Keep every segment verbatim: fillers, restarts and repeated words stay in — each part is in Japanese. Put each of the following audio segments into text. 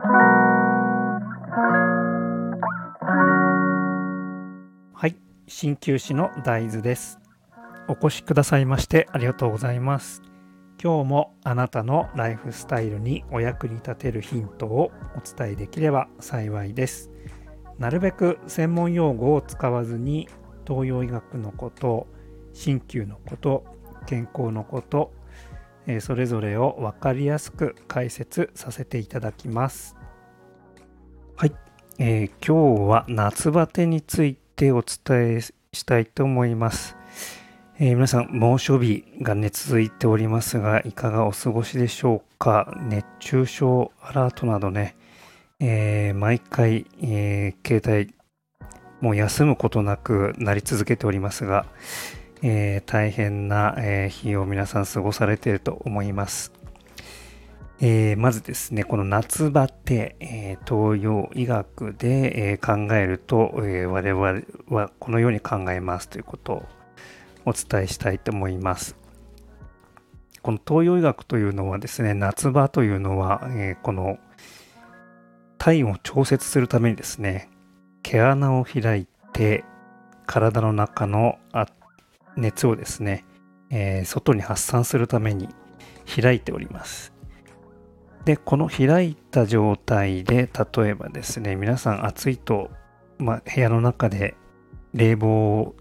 はい、鍼灸師の大豆です。お越しくださいましてありがとうございます。今日もあなたのライフスタイルにお役に立てるヒントをお伝えできれば幸いです。なるべく専門用語を使わずに東洋医学のこと、鍼灸のこと、健康のこと、えーそれぞれを分かりやすく解説させていただきます。はい、えー今日は夏バテについてお伝えしたいと思います。えー皆さん、猛暑日がね続いておりますが、いかがお過ごしでしょうか。熱中症アラートなどね、えー毎回、えー携帯もう休むことなくなり続けておりますが、えー大変な、えー日を皆さん過ごされていると思います。えーまずですね、この夏バテ、えー東洋医学で、えー考えると、えー我々はこのように考えますということをお伝えしたいと思います。この東洋医学というのはですね、夏場というのは、えーこの体温を調節するためにですね、毛穴を開いて体の中のあ熱をですね、えー外に発散するために開いております。で、この開いた状態で、例えばですね、皆さん暑いと、まあ、部屋の中で冷房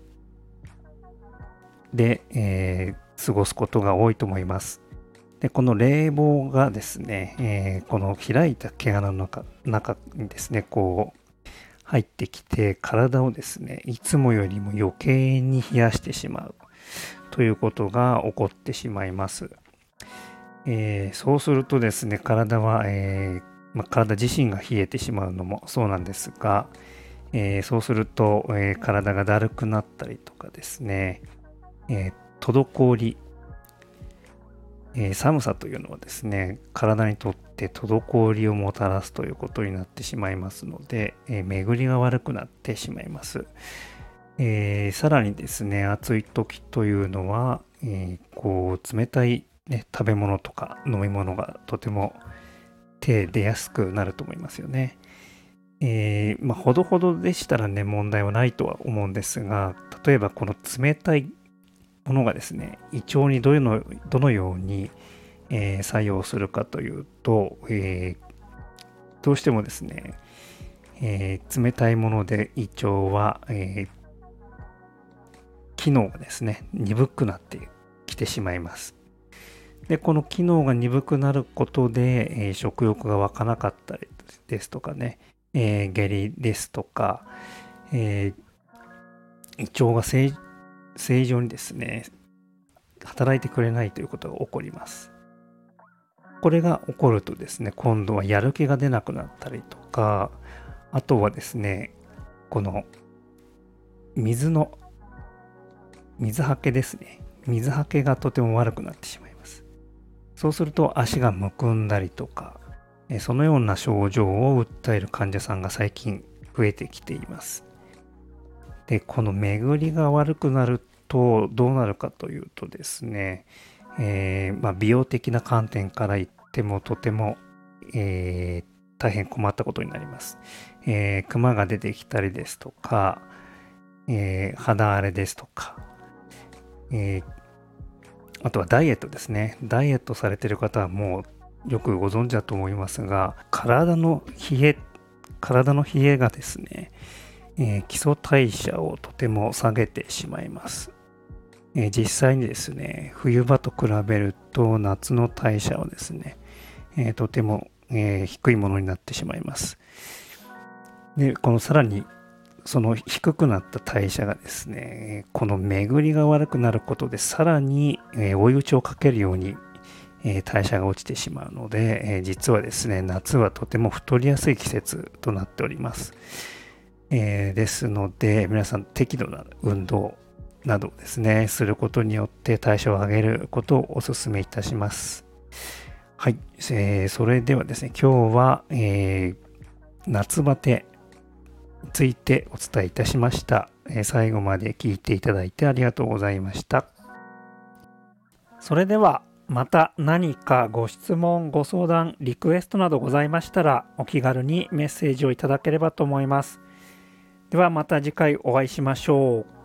で、えー過ごすことが多いと思います。で、この冷房がですね、えーこの開いた毛穴の中、中にですね、こう入ってきて、体をですね、いつもよりも余計に冷やしてしまうということが起こってしまいます。えーそうするとですね、体は、えーまあ、体自身が冷えてしまうのもそうなんですが、えーそうすると、えー体がだるくなったりとかですね、えー滞り、えー寒さというのはですね、体にとって滞りをもたらすということになってしまいますので、えー巡りが悪くなってしまいます。えーさらにですね、暑い時というのは、えーこう冷たい、ね、食べ物とか飲み物がとても手出やすくなると思いますよね。えーまあ、ほどほどでしたらね、問題はないとは思うんですが、例えばこの冷たいものがですね、胃腸にどのどのように、えー作用するかというと、えーどうしてもですね、えー冷たいもので胃腸は、えー機能がですね、鈍くなってきてしまいます。で、この機能が鈍くなることで、えー食欲が湧かなかったりですとかね、えー下痢ですとか、えー胃腸が正正常にですね、働いてくれないということが起こります。これが起こるとですね、今度はやる気が出なくなったりとか、あとはですね、この水の、水はけですね。水はけがとても悪くなってしまいます。そうすると足がむくんだりとか、えそのような症状を訴える患者さんが最近増えてきています。で、この巡りが悪くなるとどうなるかというとですね、えーまあ、美容的な観点から言ってもとても、えー大変困ったことになります。えー、クマが出てきたりですとか、えー肌荒れですとか、えーあとはダイエットですね。ダイエットされている方はもうよくご存知だと思いますが、体の冷え、体の冷えがですね、えー基礎代謝をとても下げてしまいます。えー実際にですね、冬場と比べると夏の代謝はですね、えーとても、えー低いものになってしまいます。で、このさらにその低くなった代謝がですね、この巡りが悪くなることでさらに、えー追い打ちをかけるように、えー代謝が落ちてしまうので、えー実はですね、夏はとても太りやすい季節となっております。えーですので、皆さん適度な運動などをですね、することによって代謝を上げることをお勧めいたします。はい、えーそれではですね、今日は、えー夏バテについてお伝えいたしました。えー最後まで聞いていただいてありがとうございました。それではまた何かご質問、ご相談、リクエストなどございましたらお気軽にメッセージをいただければと思います。ではまた次回お会いしましょう。